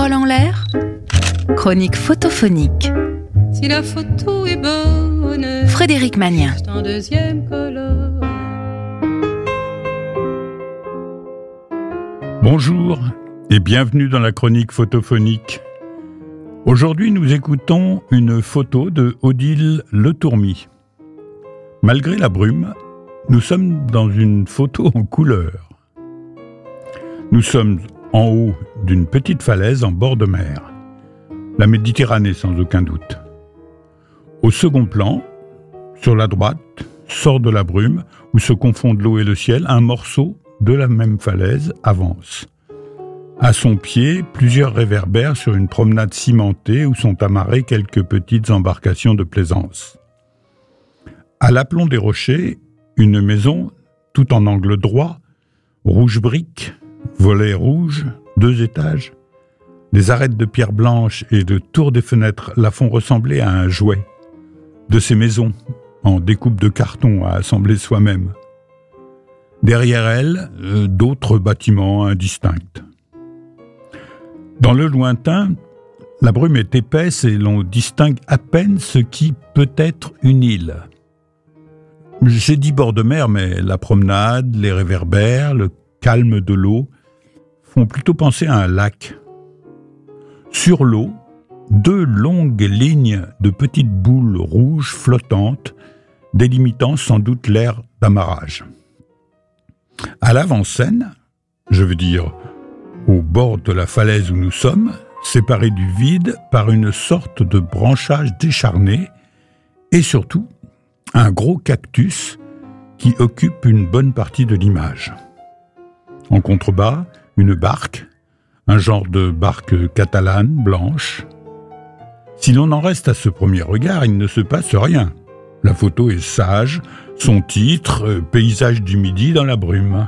Parole en l'air, chronique photophonique. Si la photo est bonne, Frédéric Magnien. juste en deuxième colonne. Bonjour et bienvenue dans la chronique photophonique. Aujourd'hui, nous écoutons une photo de Odile Le Tourmy. Malgré la brume, nous sommes dans une photo en couleur. Nous sommes en haut d'une petite falaise en bord de mer. La Méditerranée sans aucun doute. Au second plan, sur la droite, sort de la brume où se confondent l'eau et le ciel, un morceau de la même falaise avance. À son pied, plusieurs réverbères sur une promenade cimentée où sont amarrées quelques petites embarcations de plaisance. À l'aplomb des rochers, une maison, tout en angle droit, rouge brique, volets rouges, 2 étages. Les arêtes de pierre blanche et de tours des fenêtres la font ressembler à un jouet. De ces maisons, en découpe de carton à assembler soi-même. Derrière elle, d'autres bâtiments indistincts. Dans le lointain, la brume est épaisse et l'on distingue à peine ce qui peut être une île. J'ai dit bord de mer, mais la promenade, les réverbères, le calme de l'eau font plutôt penser à un lac. Sur l'eau, 2 longues lignes de petites boules rouges flottantes, délimitant sans doute l'aire d'amarrage. À l'avant-scène, je veux dire au bord de la falaise où nous sommes, séparés du vide par une sorte de branchage décharné, et surtout un gros cactus qui occupe une bonne partie de l'image. En contrebas, une barque, un genre de barque catalane, blanche. Si l'on en reste à ce premier regard, il ne se passe rien. La photo est sage, son titre, paysage du Midi dans la brume.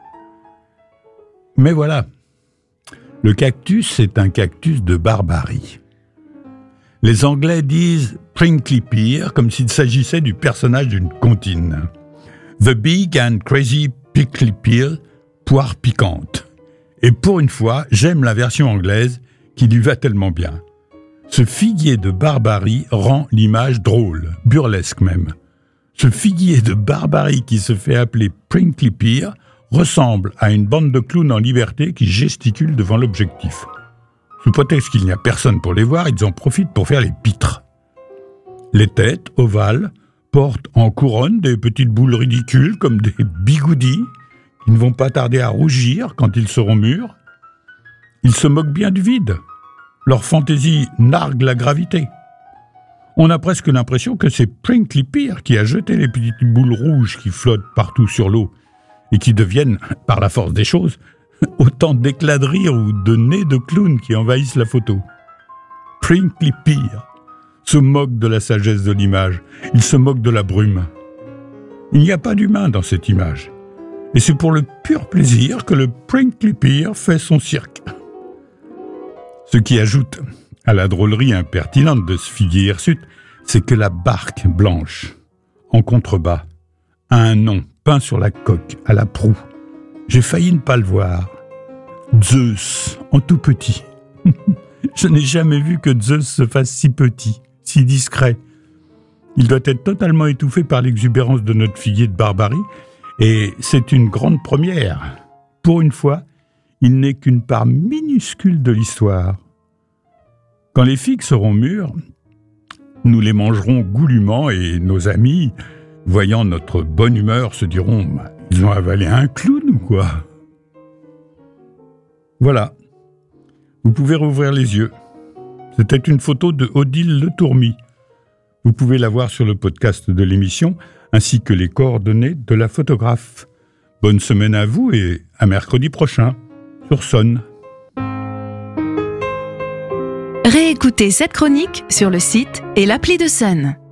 Mais voilà, le cactus est un cactus de barbarie. Les Anglais disent « prickly pear » comme s'il s'agissait du personnage d'une comptine. « The big and crazy prickly pear », poire piquante. Et pour une fois, j'aime la version anglaise qui lui va tellement bien. Ce figuier de barbarie rend l'image drôle, burlesque même. Ce figuier de barbarie qui se fait appeler prickly pear ressemble à une bande de clowns en liberté qui gesticulent devant l'objectif. Sous prétexte qu'il n'y a personne pour les voir, ils en profitent pour faire les pitres. Les têtes, ovales, portent en couronne des petites boules ridicules comme des bigoudis qui ne vont pas tarder à rougir quand ils seront mûrs. Ils se moquent bien du vide. Leur fantaisie nargue la gravité. On a presque l'impression que c'est Prickly Pear qui a jeté les petites boules rouges qui flottent partout sur l'eau et qui deviennent, par la force des choses, autant d'éclats de rire ou de nez de clown qui envahissent la photo. Prickly Pear se moque de la sagesse de l'image. Il se moque de la brume. Il n'y a pas d'humain dans cette image. Et c'est pour le pur plaisir que le Prickly Pear fait son cirque. Ce qui ajoute à la drôlerie impertinente de ce figuier hirsute, c'est que la barque blanche, en contrebas, a un nom peint sur la coque, à la proue. J'ai failli ne pas le voir. Zeus, en tout petit. Je n'ai jamais vu que Zeus se fasse si petit, si discret. Il doit être totalement étouffé par l'exubérance de notre figuier de barbarie, et c'est une grande première. Pour une fois, il n'est qu'une part minuscule de l'histoire. Quand les figues seront mûres, nous les mangerons goulûment et nos amis, voyant notre bonne humeur, se diront « Ils ont avalé un clown ou quoi ?» Voilà. Vous pouvez rouvrir les yeux. C'était une photo de Odile Le Tourmy. Vous pouvez la voir sur le podcast de l'émission, ainsi que les coordonnées de la photographe. Bonne semaine à vous et à mercredi prochain, sur Sonne. Réécoutez cette chronique sur le site et l'appli de Sun.